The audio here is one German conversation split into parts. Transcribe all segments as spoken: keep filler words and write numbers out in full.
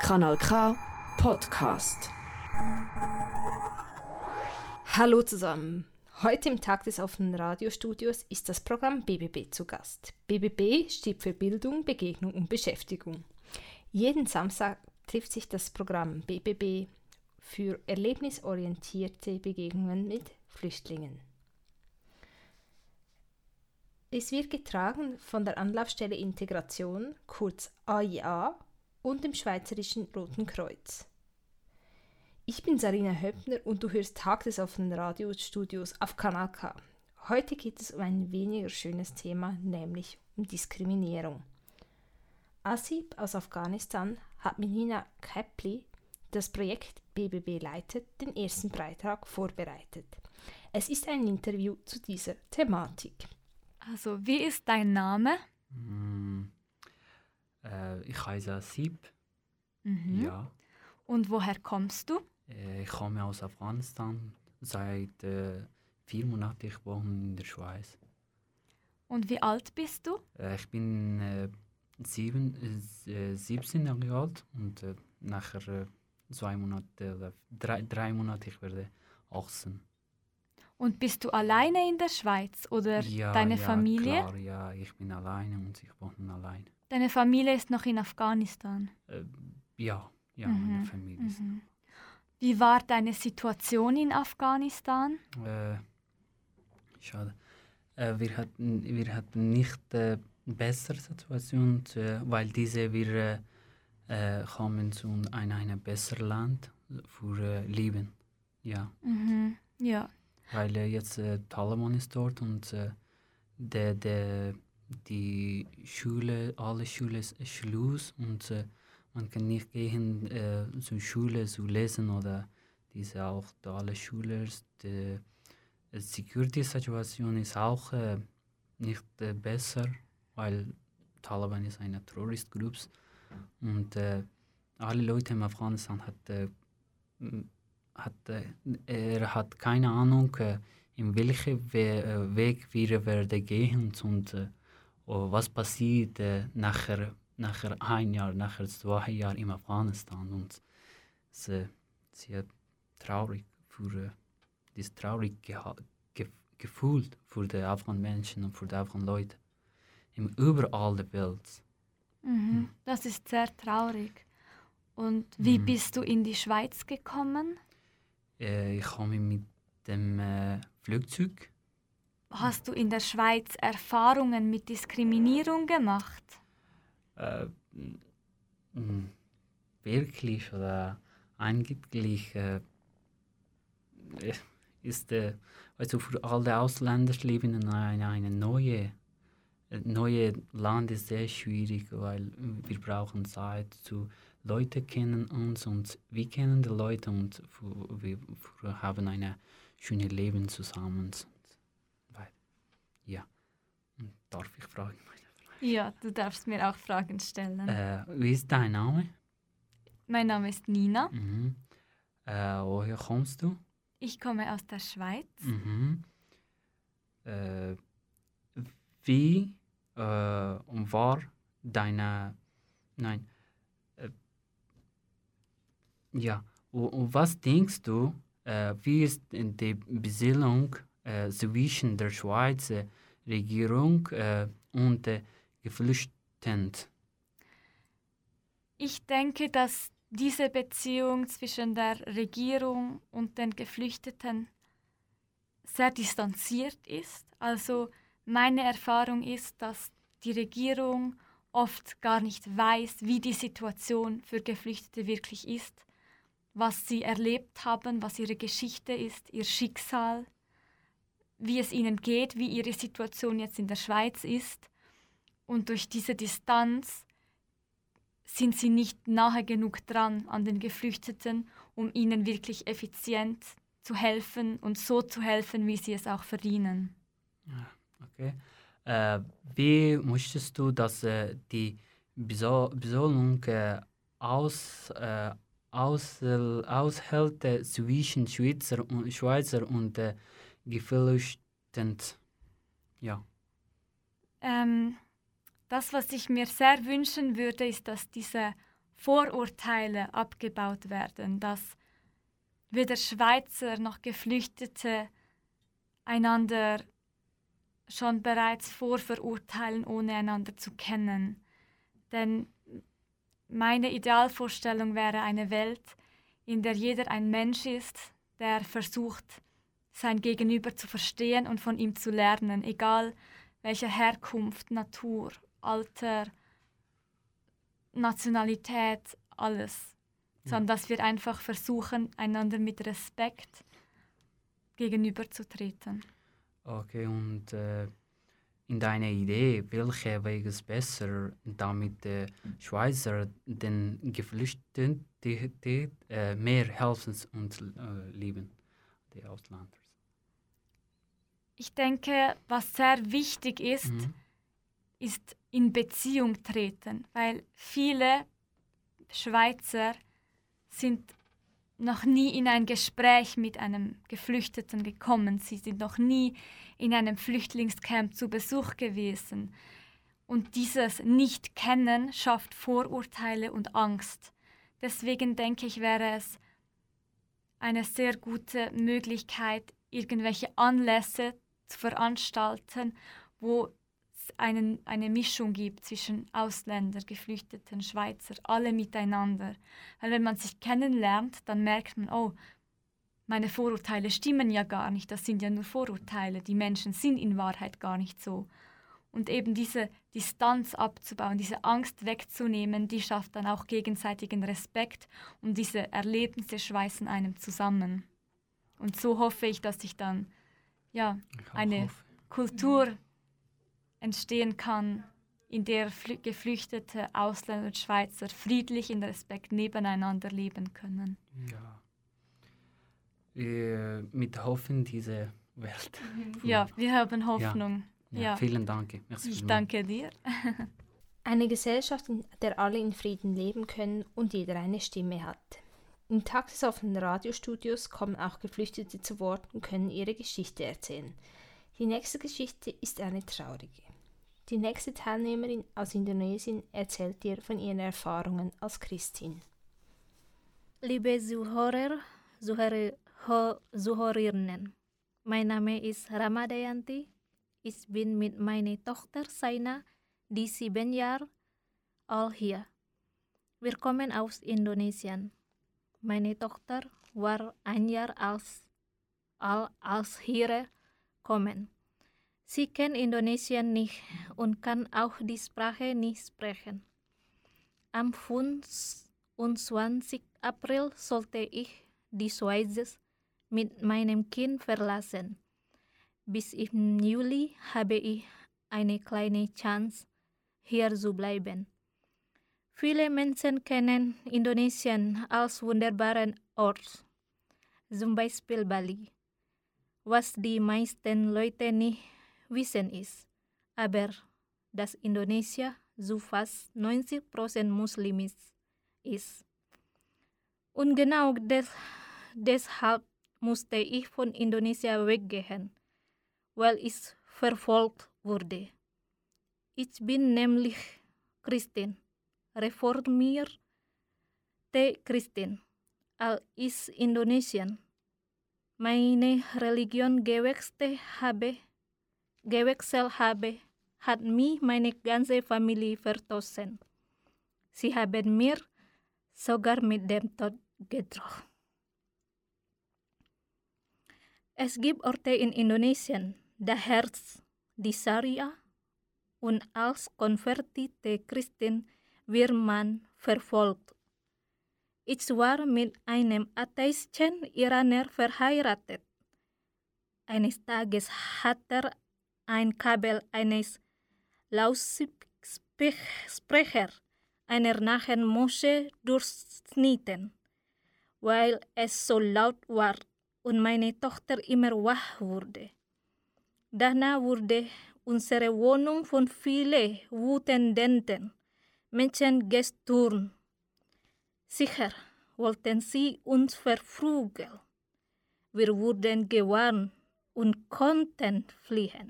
Kanal K Podcast. Hallo zusammen. Heute im Tag des offenen Radiostudios ist das Programm B B B zu Gast. B B B steht für Bildung, Begegnung und Beschäftigung. Jeden Samstag trifft sich das Programm B B B für erlebnisorientierte Begegnungen mit Flüchtlingen. Es wird getragen von der Anlaufstelle Integration, kurz A I A, und dem Schweizerischen Roten Kreuz. Ich bin Sarina Höppner und du hörst Tag des offenen Radiostudios auf Kanal K. Heute geht es um ein weniger schönes Thema, nämlich um Diskriminierung. Asib aus Afghanistan hat mit Nina Käppli, das Projekt B B B leitet, den ersten Beitrag vorbereitet. Es ist ein Interview zu dieser Thematik. Also, wie ist dein Name? Mm, äh, ich heiße Asib. Mhm. Ja. Und woher kommst du? Äh, ich komme aus Afghanistan. Seit äh, vier Monaten ich wohne in der Schweiz. Und wie alt bist du? Äh, ich bin äh, sieben, äh, siebzehn Jahre alt und äh, nachher äh, zwei Monate oder drei, drei Monate ich werde achtzehn. Und bist du alleine in der Schweiz oder Ja, deine ja, Familie? Klar, ja, ich bin alleine und ich wohne alleine. Deine Familie ist noch in Afghanistan. Äh, ja, ja, Mhm, meine Familie ist. Mhm. Wie war deine Situation in Afghanistan? Äh, schade. Äh, wir, hatten, wir hatten nicht äh, eine bessere Situation, äh, weil diese wir äh, äh, kommen zu ein, ein besseres Land für äh, Leben. Ja. Mhm. Ja. Weil äh, jetzt äh, Taliban ist dort und äh, de, de, die Schule, alle Schule ist Schluss und äh, man kann nicht gehen äh, zur Schule zu lesen oder diese auch da alle Schüler. Die Security-Situation ist auch äh, nicht äh, besser, weil Taliban ist eine Terroristgruppe und äh, alle Leute in Afghanistan hat, äh, hat äh, er hat keine Ahnung, äh, in welchen We- Weg wir werden gehen und äh, was passiert äh, nachher. Nachher ein Jahr, nachher zwei Jahre in Afghanistan und es ist sehr traurig für äh, das traurig geha- ge- gefühlt für die afghanen Menschen und für die afghanen Leute im überall der Welt. Mhm. Das ist sehr traurig. Und wie Mhm. bist du in die Schweiz gekommen? Äh, ich komme mit dem äh, Flugzeug. Hast du in der Schweiz Erfahrungen mit Diskriminierung gemacht? Äh, m- wirklich oder eigentlich äh, ist äh, also für alle Ausländer leben in eine, eine neue äh, neue Land ist sehr schwierig, weil wir brauchen Zeit zu Leute kennen uns und wir kennen die Leute und für, wir für haben ein schönes Leben zusammen. Weil, ja, darf ich fragen? Ja, du darfst mir auch Fragen stellen. Äh, wie ist dein Name? Mein Name ist Nina. Mhm. Äh, woher kommst du? Ich komme aus der Schweiz. Mhm. Äh, wie äh, und war deine... Nein. Äh, ja. Und, und was denkst du, äh, wie ist die Beziehung äh, zwischen der Schweizer Regierung äh, und der Geflüchteten? Ich denke, dass diese Beziehung zwischen der Regierung und den Geflüchteten sehr distanziert ist. Also meine Erfahrung ist, dass die Regierung oft gar nicht weiß, wie die Situation für Geflüchtete wirklich ist, was sie erlebt haben, was ihre Geschichte ist, ihr Schicksal, wie es ihnen geht, wie ihre Situation jetzt in der Schweiz ist. Und durch diese Distanz sind sie nicht nahe genug dran an den Geflüchteten, um ihnen wirklich effizient zu helfen und so zu helfen, wie sie es auch verdienen. Okay. Äh, wie möchtest du, dass äh, die Beso- Besoldung äh, aus, äh, aus, äh, aushält äh, zwischen Schweizer und, Schweizer und äh, Geflüchteten? Ja. Ähm, das, was ich mir sehr wünschen würde, ist, dass diese Vorurteile abgebaut werden, dass weder Schweizer noch Geflüchtete einander schon bereits vorverurteilen, ohne einander zu kennen. Denn meine Idealvorstellung wäre eine Welt, in der jeder ein Mensch ist, der versucht, sein Gegenüber zu verstehen und von ihm zu lernen, egal welcher Herkunft, Natur, Alter, Nationalität, alles. Ja. Sondern dass wir einfach versuchen, einander mit Respekt gegenüberzutreten. Okay, und äh, in deiner Idee, welcher Weg ist besser, damit die Schweizer den Geflüchteten die, die, äh, mehr helfen und äh, lieben, die Ausländer? Ich denke, was sehr wichtig ist, mhm. ist in Beziehung treten, weil viele Schweizer sind noch nie in ein Gespräch mit einem Geflüchteten gekommen. Sie sind noch nie in einem Flüchtlingscamp zu Besuch gewesen. Und dieses Nicht-Kennen schafft Vorurteile und Angst. Deswegen denke ich, wäre es eine sehr gute Möglichkeit, irgendwelche Anlässe zu veranstalten, wo es einen, eine Mischung gibt zwischen Ausländer, Geflüchteten, Schweizer, alle miteinander. Weil wenn man sich kennenlernt, dann merkt man, oh, meine Vorurteile stimmen ja gar nicht, das sind ja nur Vorurteile, die Menschen sind in Wahrheit gar nicht so. Und eben diese Distanz abzubauen, diese Angst wegzunehmen, die schafft dann auch gegenseitigen Respekt und diese Erlebnisse schweißen einem zusammen. Und so hoffe ich, dass sich dann ja, eine hoffe. Kultur entstehen kann, in der geflüchtete Ausländer und Schweizer friedlich in Respekt nebeneinander leben können. Ja. Wir mit Hoffen diese Welt. Ja, wir haben Hoffnung. Ja, ja, ja. Vielen Dank. Merci ich danke dir. Eine Gesellschaft, in der alle in Frieden leben können und jeder eine Stimme hat. In tagesoffenen Radiostudios kommen auch Geflüchtete zu Wort und können ihre Geschichte erzählen. Die nächste Geschichte ist eine traurige. Die nächste Teilnehmerin aus Indonesien erzählt dir von ihren Erfahrungen als Christin. Liebe Zuhörer, Zuhörerinnen, mein Name ist Ramadayanti. Ich bin mit meiner Tochter Saina, die sieben Jahre alt hier. Wir kommen aus Indonesien. Meine Tochter war ein Jahr als, als hier kommen. Sie kennt Indonesien nicht und kann auch die Sprache nicht sprechen. Am fünfundzwanzigsten April sollte ich die Schweiz mit meinem Kind verlassen. Bis im Juli habe ich eine kleine Chance, hier zu bleiben. Viele Menschen kennen Indonesien als wunderbaren Ort, zum Beispiel Bali, was die meisten Leute nicht wissen ist, aber dass Indonesien zu fast neunzig Prozent muslimisch ist. Und genau des, deshalb musste ich von Indonesien weggehen, weil ich verfolgt wurde. Ich bin nämlich Christin, reformierte Christin, als ich Indonesien meine Religion gewechselt habe, gewechselt habe, hat mich meine ganze Familie verstoßen. Sie haben mir sogar mit dem Tod gedroht. Es gibt Orte in Indonesien, da herrscht die Scharia und als konvertierte Christin wird man verfolgt. Ich war mit einem atheistischen Iraner verheiratet. Eines Tages hat er ein Kabel eines Lautsprechers einer nahen Moschee durchschnitten, weil es so laut war und meine Tochter immer wach wurde. Danach wurde unsere Wohnung von vielen wütenden Menschen gestürmt. Sicher wollten sie uns verprügeln. Wir wurden gewarnt und konnten fliehen.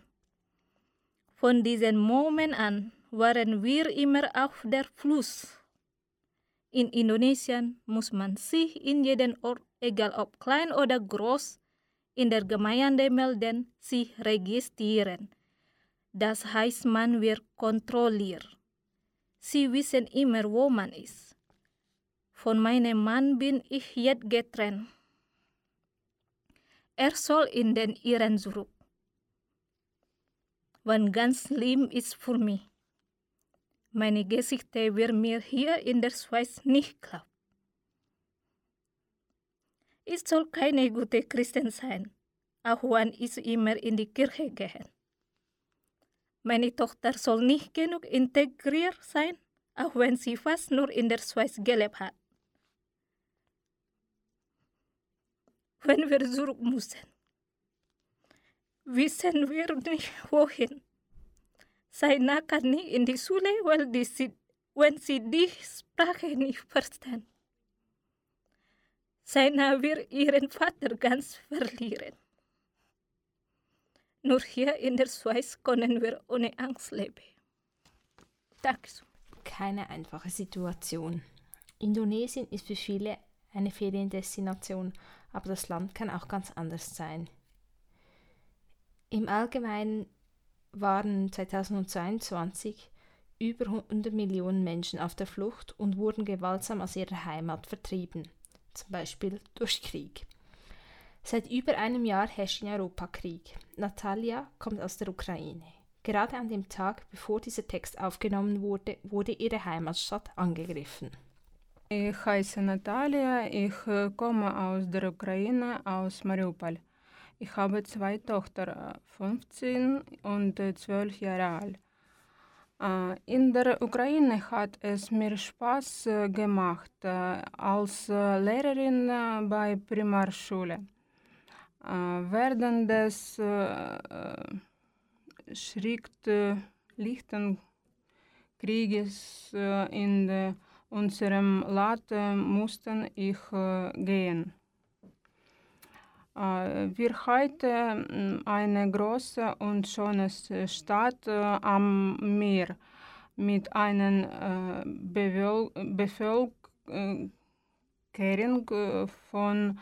Von diesem Moment an waren wir immer auf der Flucht. In Indonesien muss man sich in jedem Ort, egal ob klein oder groß, in der Gemeinde melden, sich registrieren. Das heißt, man wird kontrolliert. Sie wissen immer, wo man ist. Von meinem Mann bin ich jetzt getrennt. Er soll in den Iran zurück. Wann ganz schlimm ist für mich. Meine Geschichte wird mir hier in der Schweiz nicht klappen. Ich soll keine gute Christin sein, auch wenn ich immer in die Kirche gehe. Meine Tochter soll nicht genug integriert sein, auch wenn sie fast nur in der Schweiz gelebt hat. Wenn wir zurück müssen, wissen wir nicht wohin. Saina kann nicht in die Schule, weil die, wenn sie die Sprache nicht verstehen. Saina wird ihren Vater ganz verlieren. Nur hier in der Schweiz können wir ohne Angst leben. Danke. Keine einfache Situation. Indonesien ist für viele eine Feriendestination, aber das Land kann auch ganz anders sein. Im Allgemeinen waren zweitausendzweiundzwanzig über hundert Millionen Menschen auf der Flucht und wurden gewaltsam aus ihrer Heimat vertrieben, zum Beispiel durch Krieg. Seit über einem Jahr herrscht in Europa Krieg. Natalia kommt aus der Ukraine. Gerade an dem Tag, bevor dieser Text aufgenommen wurde, wurde ihre Heimatstadt angegriffen. Ich heiße Natalia, ich komme aus der Ukraine, aus Mariupol. Ich habe zwei Töchter, fünfzehn und zwölf Jahre alt. In der Ukraine hat es mir Spaß gemacht als Lehrerin bei Primarschule. Während des schrecklichen Krieges in unserem Land mussten ich gehen. Wir hatten eine große und schöne Stadt am Meer mit einer Bevölkerung von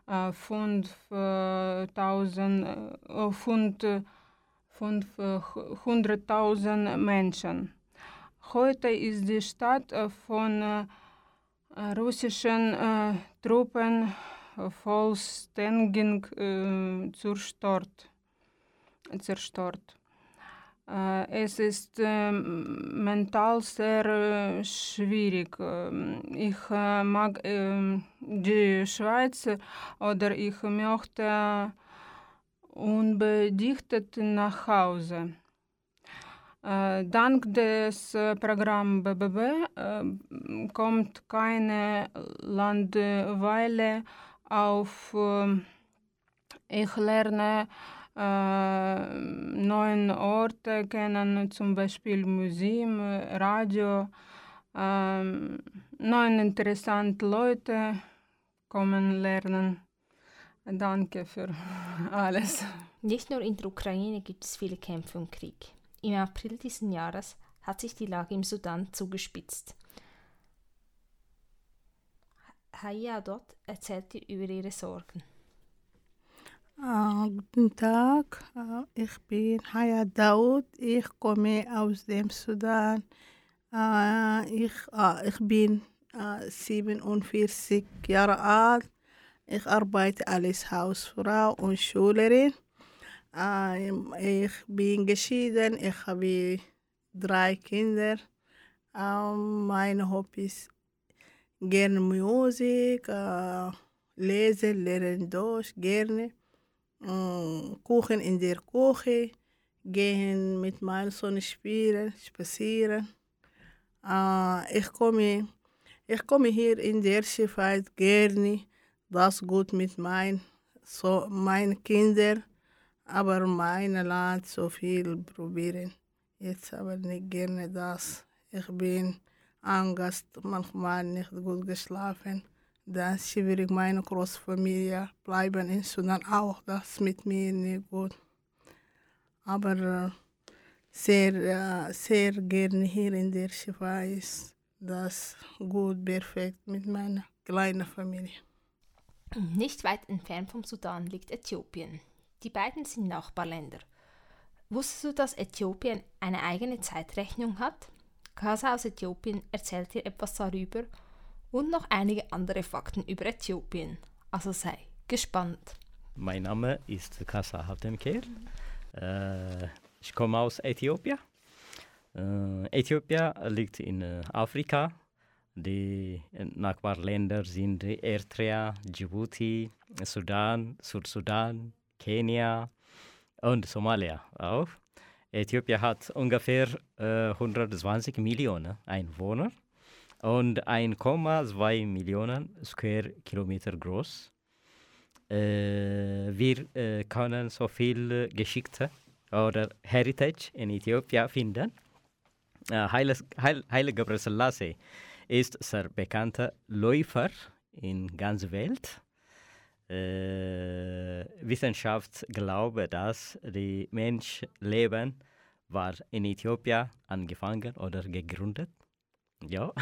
fünfhunderttausend Menschen. Heute ist die Stadt von russischen Truppen vollständig äh, zerstört. zerstört. Äh, es ist äh, mental sehr äh, schwierig. Ich äh, mag äh, die Schweiz oder ich möchte unbedingt nach Hause. Äh, dank des äh, Programms B B B äh, kommt keine Langeweile auf. Äh, ich lerne äh, neue Orte kennen, zum Beispiel Museum, Radio. Äh, neue interessante Leute kommen lernen. Danke für alles. Nicht nur in der Ukraine gibt es viele Kämpfe und Krieg. Im April diesen Jahres hat sich die Lage im Sudan zugespitzt. Haya dort erzählt ihr über ihre Sorgen. Uh, guten Tag, uh, ich bin Haya Daoud, ich komme aus dem Sudan. Uh, ich, uh, ich bin uh, siebenundvierzig Jahre alt. Ich arbeite als Hausfrau und Schülerin. Uh, ich bin geschieden, ich habe drei Kinder. Uh, meine Hobbys gerne Musik, uh, lesen, lernen Deutsch, gerne. Uh, Kuchen in der Küche, gehen mit meinem Sohn spielen, spazieren. Uh, ich, komme, ich komme hier in der Schweiz gerne, das gut mit mein, so, meinen Kindern, aber mein Land so viel probieren. Jetzt aber nicht gerne das. Ich bin Angst, manchmal nicht gut geschlafen. Das ist schwierig, meine Großfamilie bleiben in Sudan auch, das mit mir nicht gut. Aber äh, sehr, äh, sehr gerne hier in der Schweiz das gut, perfekt mit meiner kleinen Familie. Nicht weit entfernt vom Sudan liegt Äthiopien. Die beiden sind Nachbarländer. Wusstest du, dass Äthiopien eine eigene Zeitrechnung hat? Kasa aus Äthiopien erzählt dir etwas darüber und noch einige andere Fakten über Äthiopien. Also sei gespannt. Mein Name ist Kasa Haftemker. Äh, ich komme aus Äthiopien. Äh, Äthiopien liegt in äh, Afrika. Die Nachbarländer sind Eritrea, Djibouti, Sudan, Südsudan, Kenia und Somalia auch. Äthiopien hat ungefähr äh, hundertzwanzig Millionen Einwohner und eins Komma zwei Millionen Square Kilometer groß. Äh, wir äh, können so viel Geschichte oder Heritage in Äthiopien finden. Äh, Haile, Haile, Haile Gebrselassie ist sehr bekannter Läufer in ganzer Welt. Äh, Wissenschaft glaubt, dass die Menschenleben war in Äthiopien angefangen oder gegründet. Ja.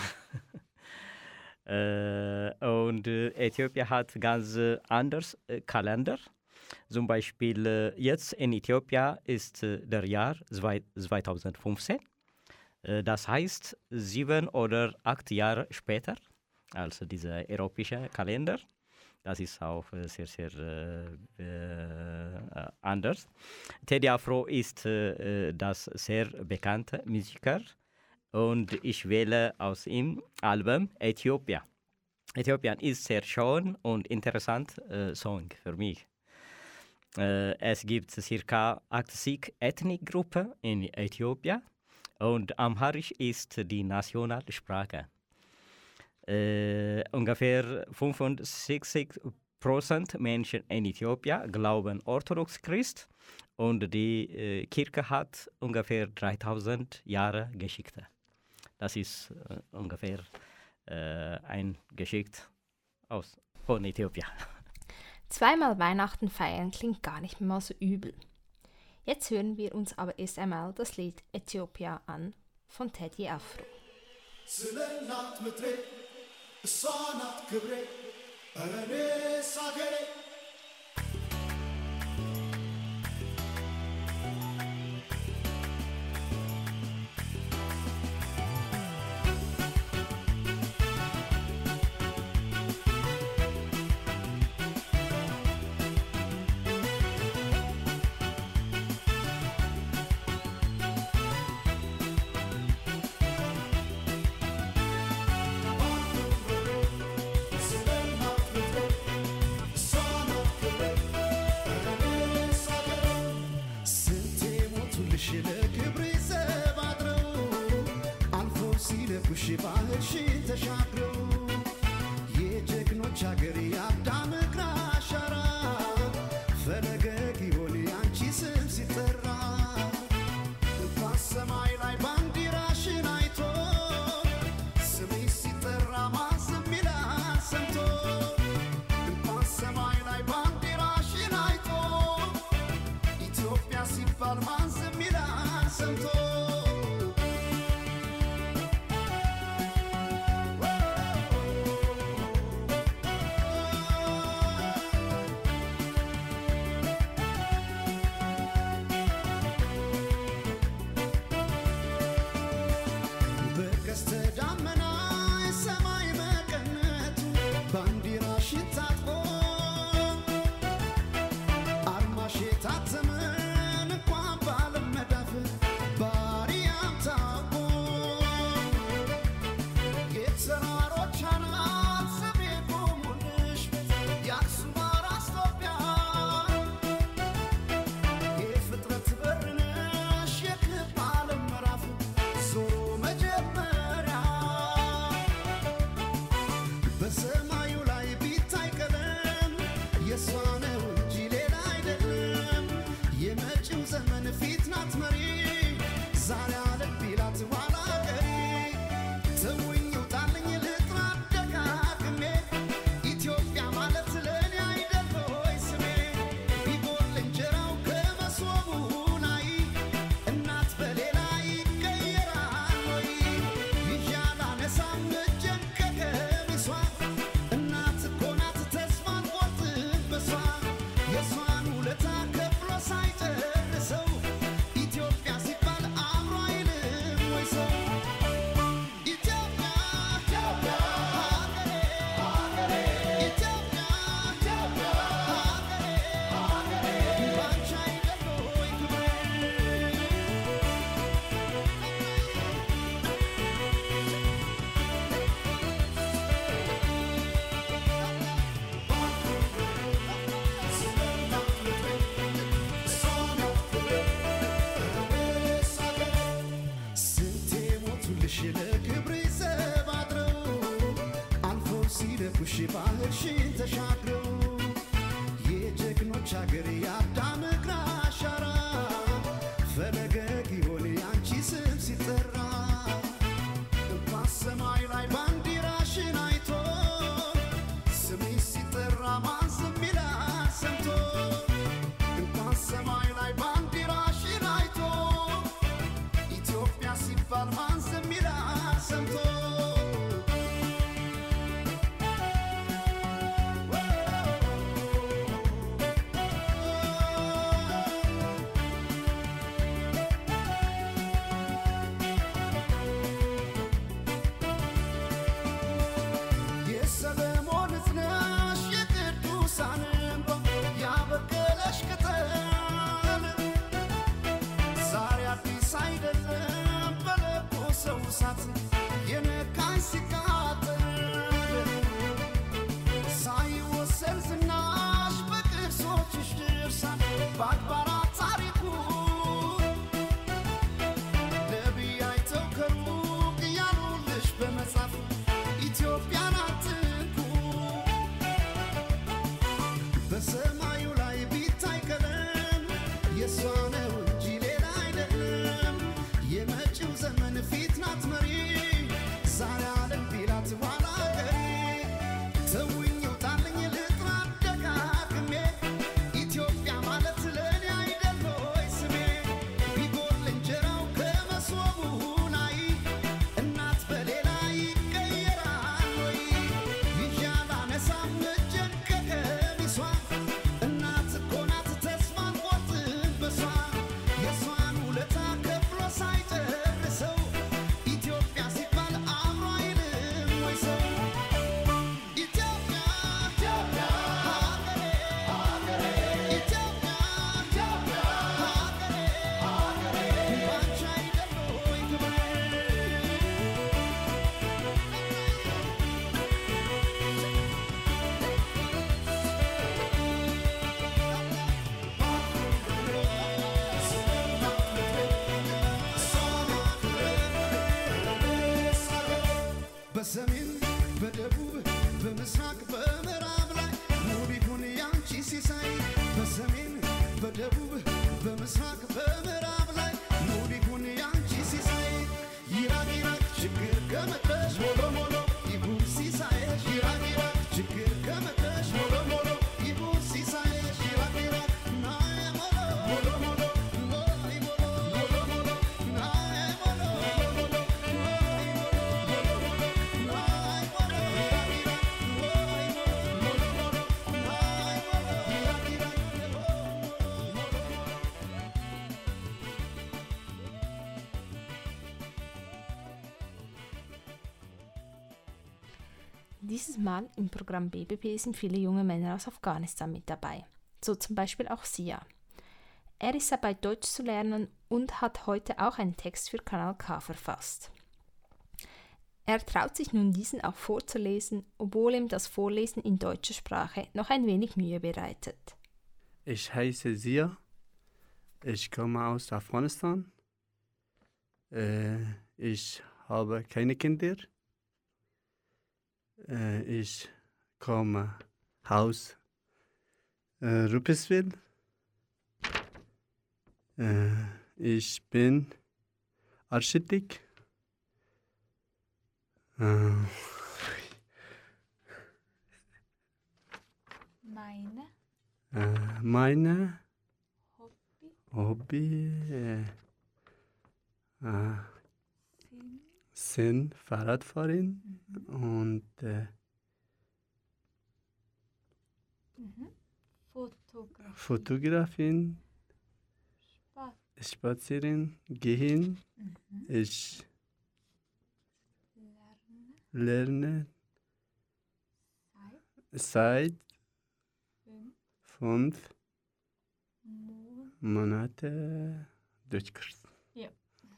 äh, und äh, Äthiopien hat ganz äh, anders äh, Kalender. Zum Beispiel äh, jetzt in Äthiopien ist äh, der Jahr zweitausendfünfzehn. Das heißt, sieben oder acht Jahre später als dieser europäische Kalender. Das ist auch äh, sehr, sehr äh, äh, anders. Teddy Afro ist äh, das sehr bekannte Musiker und ich wähle aus ihm Album Äthiopien. Äthiopien ist sehr schön und interessant äh, Song für mich. Äh, es gibt ca. achtzig Ethnikgruppen in Äthiopien. Und Amharisch ist die Nationalsprache. Äh, ungefähr fünfundsechzig Prozent Menschen in Äthiopien glauben orthodox Christ und die äh, Kirche hat ungefähr dreitausend Jahre Geschichte. Das ist äh, ungefähr äh, ein Geschichte aus von Äthiopien. Zweimal Weihnachten feiern klingt gar nicht mehr so übel. Jetzt hören wir uns aber erst einmal das Lied Äthiopia an von Teddy Afro. ሺህ ባህርሽን ተሻግረው የጀግኖች አገር የአዳም እግር አሻራ ፈለገ ጊዮን ያንቺ ስም ሲጠራ እንኳን ሰማይ ላይ ባንዲራሽን አይቶ ስምሽ ሲጠራ ማን ዝም ይላል ሰምቶ እንኳን ሰማይ ላይ ባንዲራሽን አይቶ ኢትዮጵያ ሲባል ማን ዝም ይላል ሰምቶ በሰሜን በደቡብ በምስራቅ በምዕራብ ላይ ሙሉ ይሁን ያንቺ ሲሳይ በሰሜን በደቡብ በምስራቅ በምዕራብ ላይ ሙሉ ይሁን ያንቺ ሲሳይ ይራቅ ይራቅ ችግር ከመጣሽ ሞሎ ሞሎ ይሁን ሲሳይሽ ይራቅ ይራቅ ችግር ከመጣሽ ሞሎ ሞሎ ይሁን ሲሳይሽ ይራቅ ይራቅ ናዬ ሞሎ ሞሎ ሞሎ ናዬ ሞሎ ሞሎ ሞሎ ናዬ ሞሎ ሞሎ Dieses Mal im Programm B B P sind viele junge Männer aus Afghanistan mit dabei, so zum Beispiel auch Sia. Er ist dabei, Deutsch zu lernen und hat heute auch einen Text für Kanal K verfasst. Er traut sich nun, diesen auch vorzulesen, obwohl ihm das Vorlesen in deutscher Sprache noch ein wenig Mühe bereitet. Ich heiße Sia, ich komme aus Afghanistan, äh, ich habe keine Kinder. Ich komme aus äh, Rupeswil. Äh, ich bin Architekt. Äh, Meine äh, meine Hobby Hobby äh, äh, sind sind Fahrradfahren und äh, mhm. Fotografie, Fotografien, Spaß, Spazieren, gehen. mhm. Ich Lernen, lerne seit seit fünf fünf Monaten. Monate Deutschkurs. Ja.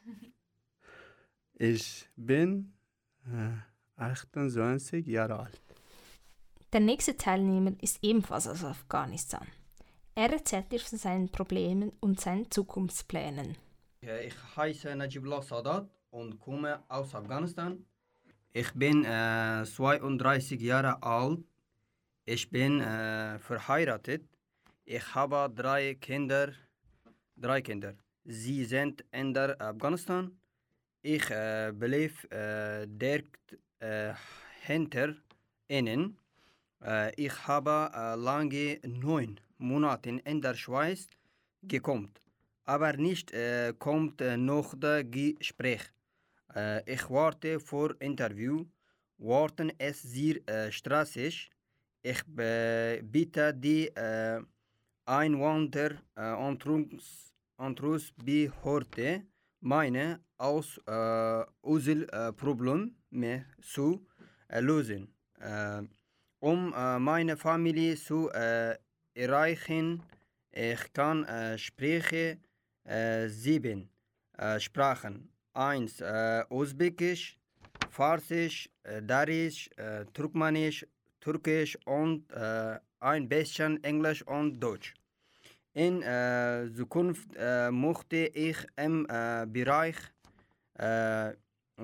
Ich bin äh, achtundzwanzig Jahre alt. Der nächste Teilnehmer ist ebenfalls aus Afghanistan. Er erzählt dir von seinen Problemen und seinen Zukunftsplänen. Ich heiße Najibullah Sadat und komme aus Afghanistan. Ich bin äh, zweiunddreißig Jahre alt. Ich bin äh, verheiratet. Ich habe drei Kinder. Drei Kinder. Sie sind in der Afghanistan. Ich äh, bleibe äh, direkt äh, hinter ihnen. Äh, ich habe äh, lange neun Monate in der Schweiz gekommen, aber nicht äh, kommt äh, noch das Gespräch. Äh, ich warte vor Interview. Warten es sehr äh, stressig. Ich äh, bitte die äh, Einwanderantrungsbehörde meine Ausläuselprobleme äh, zu äh, lösen. Äh, um äh, meine Familie zu äh, erreichen, ich kann äh, spreche äh, sieben äh, Sprachen. Eins äh, Usbekisch, Farsisch, äh, Darisch, äh, Turkmenisch, Türkisch und äh, ein bisschen Englisch und Deutsch. In äh, Zukunft äh, möchte ich im äh, Bereich äh,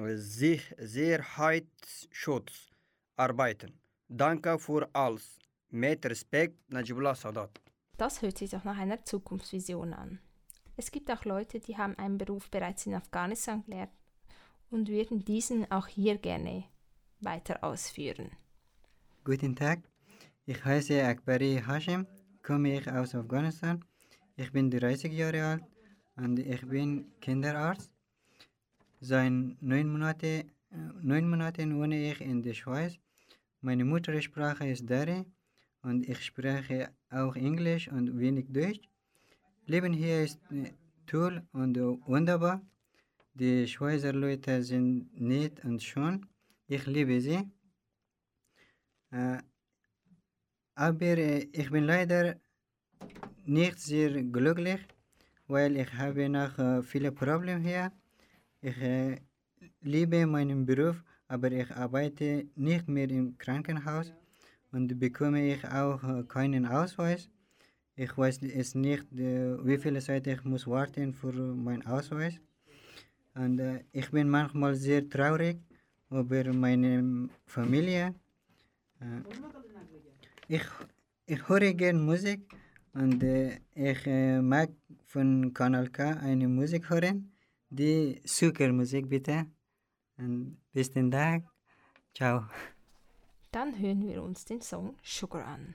Sicherheitsschutz arbeiten. Danke für alles. Mit Respekt, Najibullah Sadat. Das hört sich doch nach einer Zukunftsvision an. Es gibt auch Leute, die haben einen Beruf bereits in Afghanistan gelernt und würden diesen auch hier gerne weiter ausführen. Guten Tag, ich heiße Akbari Hashim, komme ich aus Afghanistan. Ich bin dreißig Jahre alt und ich bin Kinderarzt. Seit neun Monaten, neun Monaten wohne ich in der Schweiz. Meine Muttersprache ist Dari und ich spreche auch Englisch und wenig Deutsch. Leben hier ist toll und wunderbar. Die Schweizer Leute sind nett und schön. Ich liebe sie. Äh, aber äh, ich bin leider nicht sehr glücklich, weil ich habe noch äh, viele Probleme hier. Ich äh, liebe meinen Beruf, aber ich arbeite nicht mehr im Krankenhaus und bekomme ich auch äh, keinen Ausweis. Ich weiß es nicht, äh, wie viele Zeit ich muss warten für meinen Ausweis. Und äh, ich bin manchmal sehr traurig über meine Familie. Äh, ich, ich höre gerne Musik und äh, ich äh, mag von Kanal K eine Musik hören. Die Zuckermusik bitte. Und bis den Tag. Ciao. Dann hören wir uns den Song Sugar an.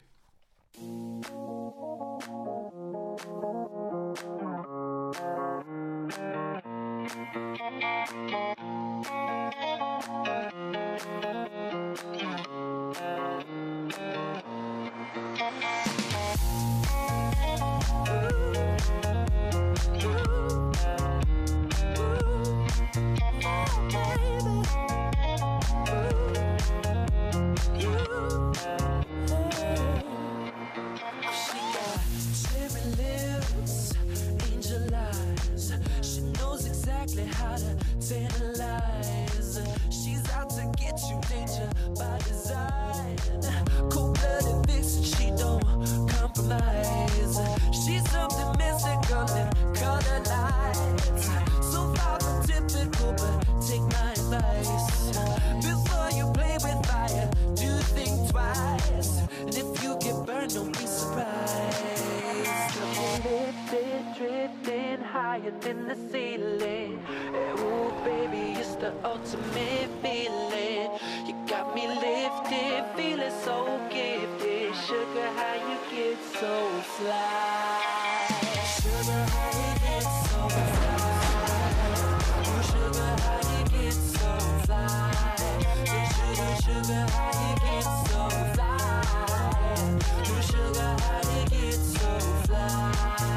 In the ceiling, ooh baby, it's the ultimate feeling. You got me lifted, feeling so gifted. Sugar, how you get so fly? Sugar, how you get so fly? Oh, sugar, how you get so fly? Sugar, sugar, how you get so fly? Oh, sugar, how you get so fly?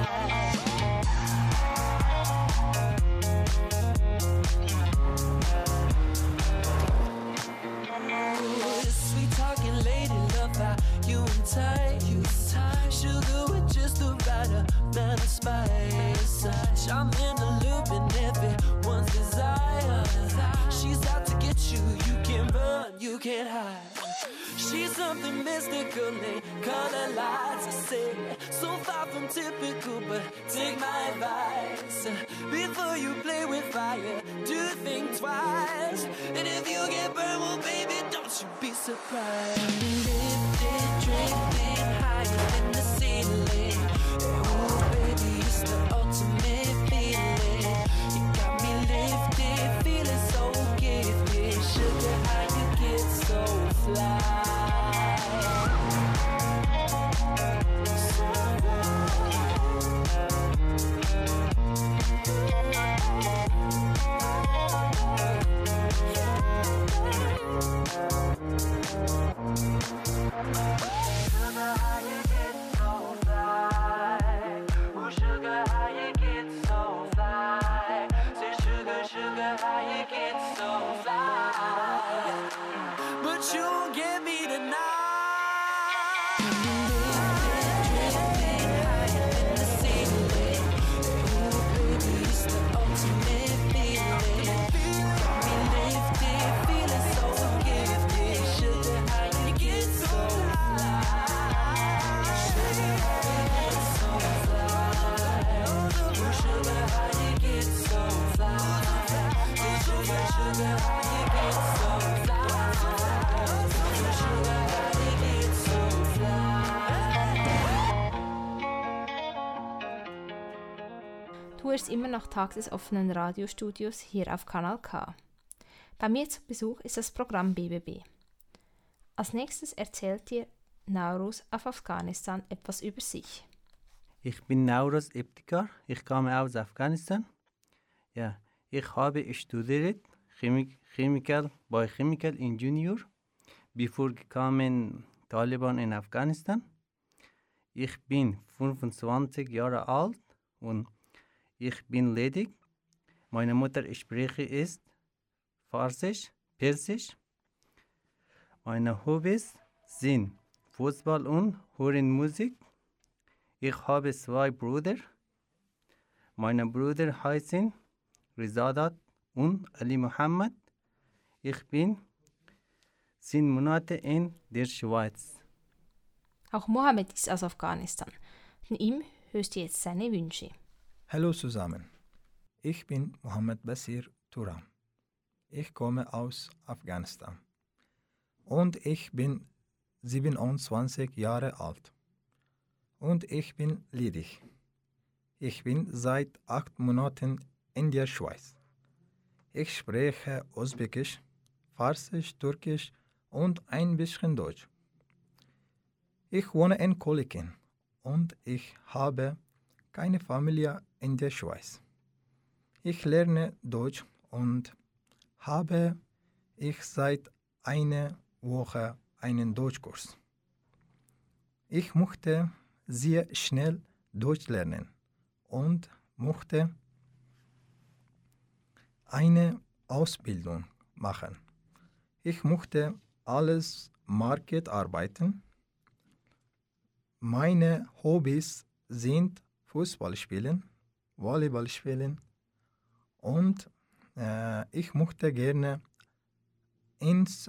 Tight, you tight. Sugar with just the right amount of spice. I'm in the loop and everyone's desire. She's out to get you. You can't run, you can't hide. She She's something mystically color lights. I say, so far from typical, but take my advice. Before you play with fire, do think twice. And if you get burned, well, baby, don't you be surprised. Lifted, drifting higher than the ceiling. Oh, baby, it's the ultimate feeling. You got me lifted, feeling so gifted. Sugar, how you get so fly. Du hörst immer noch Tag des offenen Radiostudios hier auf Kanal K. Bei mir zu Besuch ist das Programm B B B. Als nächstes erzählt dir Nauruz auf Afghanistan etwas über sich. Ich bin Nauruz Eptikar, ich komme aus Afghanistan. Ja, ich habe studiert Chemik Chemical bei Chemical Engineer, bevor kamen Taliban in Afghanistan. Ich bin fünfundzwanzig Jahre alt und ich bin ledig. Meine Muttersprache ist Farsisch, Persisch. Meine Hobbys sind Fußball und Hören Musik. Ich habe zwei Brüder. Meine Brüder heißen Rizadat und Ali Muhammad. Ich bin zehn Monate in der Schweiz. Auch Mohammed ist aus Afghanistan. Von ihm hörst du jetzt seine Wünsche. Hallo zusammen, ich bin Mohammed Basir Turan. Ich komme aus Afghanistan und ich bin siebenundzwanzig Jahre alt und ich bin ledig. Ich bin seit acht Monaten in der Schweiz. Ich spreche Usbekisch, Farsisch, Türkisch und ein bisschen Deutsch. Ich wohne in Kolikin und ich habe keine Familie in der Schweiz. Ich lerne Deutsch und habe ich seit einer Woche einen Deutschkurs. Ich möchte sehr schnell Deutsch lernen und möchte eine Ausbildung machen. Ich möchte alles Market arbeiten. Meine Hobbys sind Fußball spielen, Volleyball spielen und äh, ich möchte gerne ins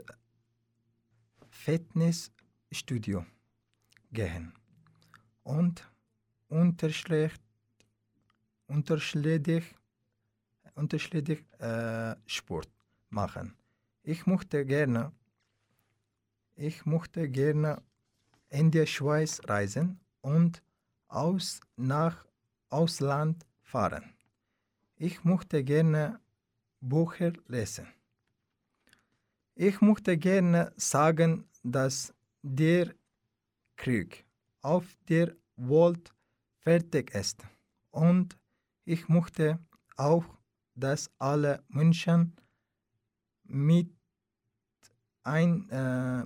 Fitnessstudio gehen und unterschlägt, unterschlädig, unterschlädig äh, Sport machen. Ich möchte gerne, ich möchte gerne in die Schweiz reisen und aus nach Ausland fahren. Ich möchte gerne Bücher lesen. Ich möchte gerne sagen, dass der Krieg auf der Welt fertig ist. Und ich möchte auch, dass alle Menschen mit ein äh,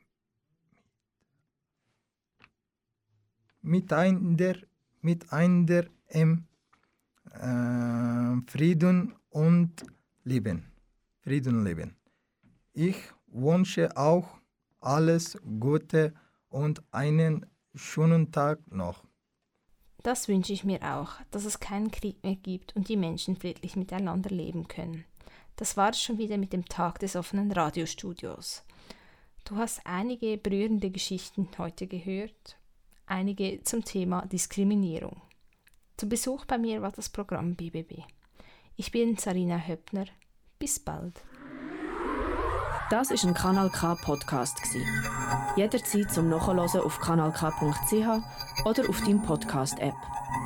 miteinander, miteinander im äh, Frieden und Leben. Frieden leben. Ich wünsche auch alles Gute und einen schönen Tag noch. Das wünsche ich mir auch, dass es keinen Krieg mehr gibt und die Menschen friedlich miteinander leben können. Das war es schon wieder mit dem Tag des offenen Radiostudios. Du hast einige berührende Geschichten heute gehört, einige zum Thema Diskriminierung. Zu Besuch bei mir war das Programm B B B. Ich bin Sarina Höppner. Bis bald. Das ist ein Kanal K Podcast gsi. Jederzeit zum Nachhören auf kanal k punkt c h oder auf deinem Podcast App.